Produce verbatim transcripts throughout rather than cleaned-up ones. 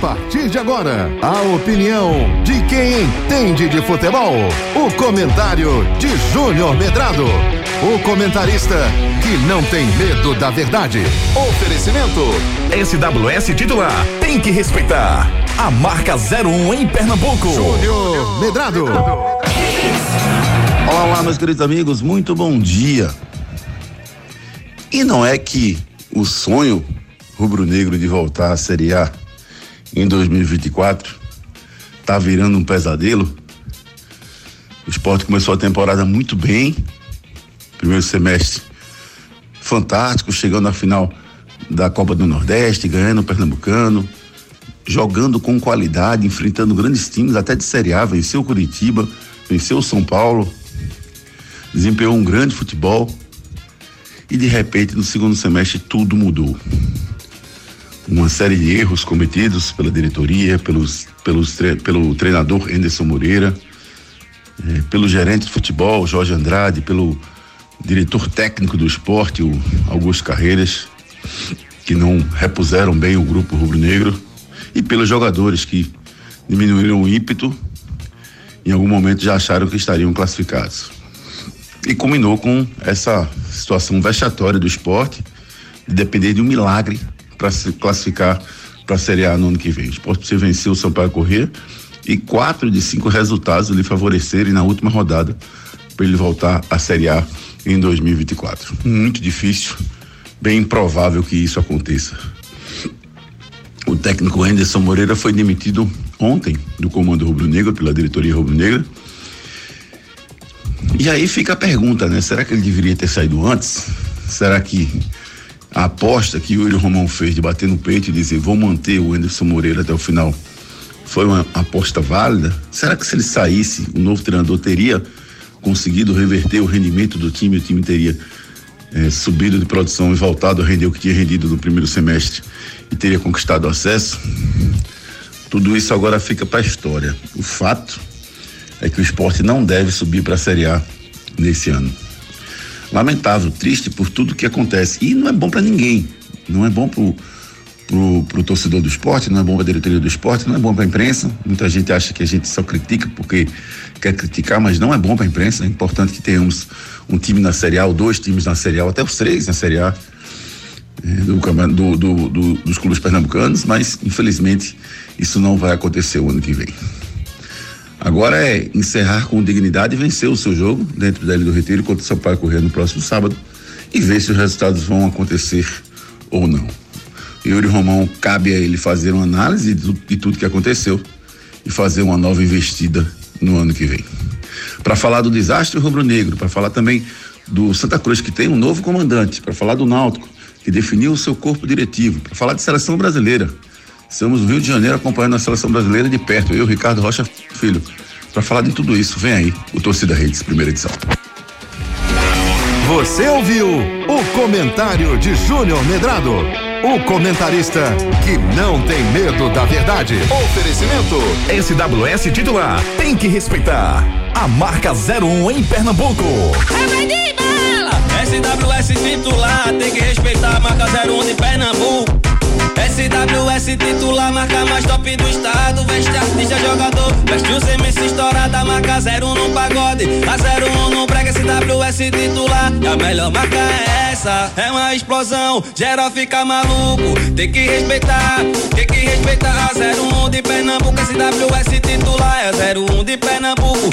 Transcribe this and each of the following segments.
partir de agora, a opinião de quem entende de futebol. O comentário de Júnior Medrado. O comentarista que não tem medo da verdade. Oferecimento S W S titular, tem que respeitar. A marca zero um em Pernambuco. Júnior Medrado. Olá, olá, meus queridos amigos, muito bom dia. E não é que o sonho rubro-negro de voltar à Série A em dois mil e vinte e quatro tá virando um pesadelo? O Sport começou a temporada muito bem, primeiro semestre fantástico, chegando à final da Copa do Nordeste, ganhando o Pernambucano, jogando com qualidade, enfrentando grandes times, até de Série A, venceu o Curitiba, venceu o São Paulo, desempenhou um grande futebol. E de repente, no segundo semestre, tudo mudou. Uma série de erros cometidos pela diretoria, pelos, pelos, pelo treinador Anderson Moreira, eh, pelo gerente de futebol, Jorge Andrade, pelo diretor técnico do Sport, o Augusto Carreiras, que não repuseram bem o grupo rubro-negro, e pelos jogadores que diminuíram o ímpeto, em algum momento já acharam que estariam classificados. E culminou com essa situação vexatória do Sport, de depender de um milagre para se classificar para a Série A no ano que vem. O Sport precisa vencer o Sampaio Corrêa e quatro de cinco resultados lhe favorecerem na última rodada para ele voltar à Série A em dois mil e vinte e quatro. Muito difícil, bem improvável que isso aconteça. O técnico Anderson Moreira foi demitido ontem do comando rubro-negro, pela diretoria rubro-negra. E aí fica a pergunta, né? Será que ele deveria ter saído antes? Será que a aposta que o Yuri Romão fez de bater no peito e dizer vou manter o Anderson Moreira até o final foi uma aposta válida? Será que se ele saísse, o novo treinador teria conseguido reverter o rendimento do time, o time teria eh, subido de produção e voltado a render o que tinha rendido no primeiro semestre e teria conquistado o acesso? Tudo isso agora fica para a história. O fato é que o Sport não deve subir para a Série A nesse ano. Lamentável, triste por tudo que acontece. E não é bom para ninguém. Não é bom pro, pro, pro torcedor do Sport, não é bom para a diretoria do Sport, não é bom para a imprensa. Muita gente acha que a gente só critica porque quer criticar, mas não é bom para a imprensa. É importante que tenhamos um time na Série A, ou dois times na Série A, ou até os três na Série A do, do, do, do, dos clubes pernambucanos, mas infelizmente isso não vai acontecer o ano que vem. Agora é encerrar com dignidade e vencer o seu jogo dentro da Ilha do Retiro contra o Sampaio Corrêa no próximo sábado e ver se os resultados vão acontecer ou não. Yuri Romão, cabe a ele fazer uma análise de, de tudo que aconteceu e fazer uma nova investida no ano que vem. Para falar do desastre rubro-negro, para falar também do Santa Cruz, que tem um novo comandante, para falar do Náutico, que definiu o seu corpo diretivo, para falar de seleção brasileira. Estamos no Rio de Janeiro acompanhando a seleção brasileira de perto, eu, Ricardo Rocha Filho. Para falar de tudo isso, vem aí o Torcida Redes, primeira edição. Você ouviu o comentário de Júnior Medrado, o comentarista que não tem medo da verdade. Oferecimento S W S titular, tem que respeitar. A marca zero um em Pernambuco. S W S titular, tem que respeitar a marca zero um de Pernambuco. S W S titular, marca mais top do estado. Veste artista, jogador, veste os M C estourada. Marca zero um no pagode, a zero um no brega. S W S titular, e a melhor marca é essa. É uma explosão, geral fica maluco. Tem que respeitar, tem que respeitar a zero um de Pernambuco. S W S titular, é a zero um de Pernambuco.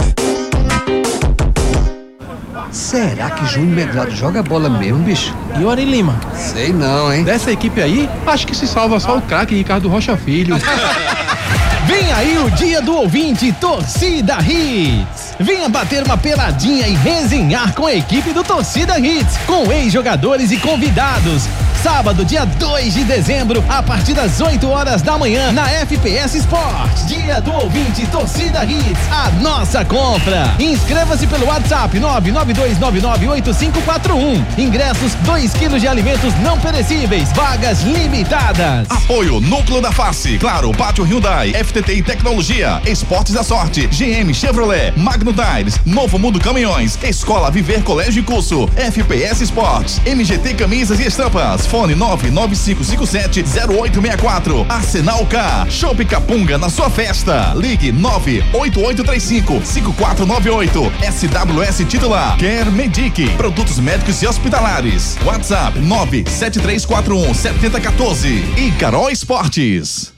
Será que Júnior Medrado joga bola mesmo, bicho? E o Ari Lima? Sei não, hein? Dessa equipe aí, acho que se salva só o craque Ricardo Rocha Filho. Vem aí o dia do ouvinte Torcida Hits. Venha bater uma peladinha e resenhar com a equipe do Torcida Hits, com ex-jogadores e convidados. Sábado, dia dois de dezembro, a partir das oito horas da manhã, na F P S Sport. Dia do ouvinte Torcida Hits, a nossa compra. Inscreva-se pelo WhatsApp nove nove dois nove nove oito cinco quatro um. Ingressos dois quilos de alimentos não perecíveis. Vagas limitadas. Apoio Núcleo da Face, Claro, Pátio Hyundai, F T T e Tecnologia, Esportes da Sorte, G M Chevrolet, Magno Tires, Novo Mundo Caminhões, Escola Viver Colégio e Curso, F P S Sports, M G T Camisas e Estampas, Fone nove nove cinco cinco sete zero oito seis quatro. Arsenal Car, Shopping Capunga na sua festa. Ligue nove oito oito três cinco cinco quatro nove oito. S W S titular. Quer Medic, produtos médicos e hospitalares. WhatsApp nove sete três quatro um sete zero um quatro. E Carol Esportes.